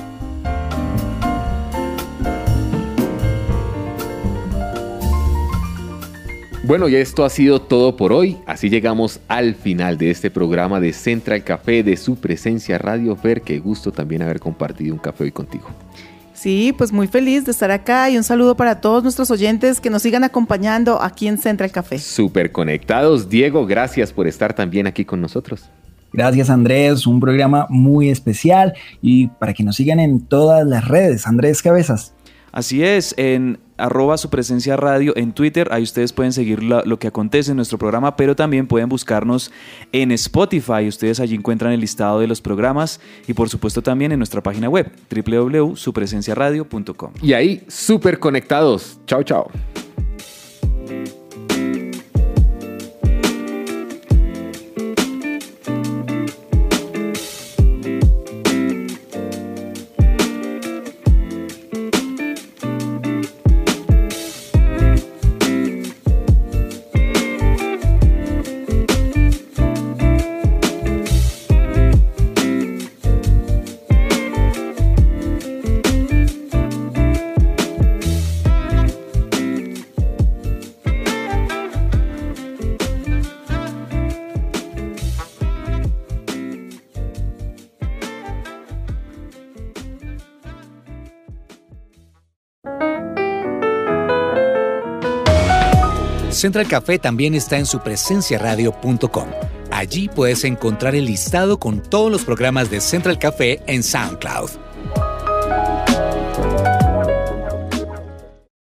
Bueno, y esto ha sido todo por hoy. Así llegamos al final de este programa de Central Café de su presencia Radio. Fer, qué gusto también haber compartido un café hoy contigo. Sí, pues muy feliz de estar acá y un saludo para todos nuestros oyentes que nos sigan acompañando aquí en Central Café. Súper conectados. Diego, gracias por estar también aquí con nosotros. Gracias, Andrés, un programa muy especial y para que nos sigan en todas las redes. Andrés Cabezas. Así es, en arroba su presencia radio en Twitter, ahí ustedes pueden seguir lo, lo que acontece en nuestro programa, pero también pueden buscarnos en Spotify, ustedes allí encuentran el listado de los programas y por supuesto también en nuestra página web doble u doble u doble u punto su presencia radio punto com. Y ahí, súper conectados. Chao, chao. Central Café también está en su presencia radio punto com. Allí puedes encontrar el listado con todos los programas de Central Café en SoundCloud.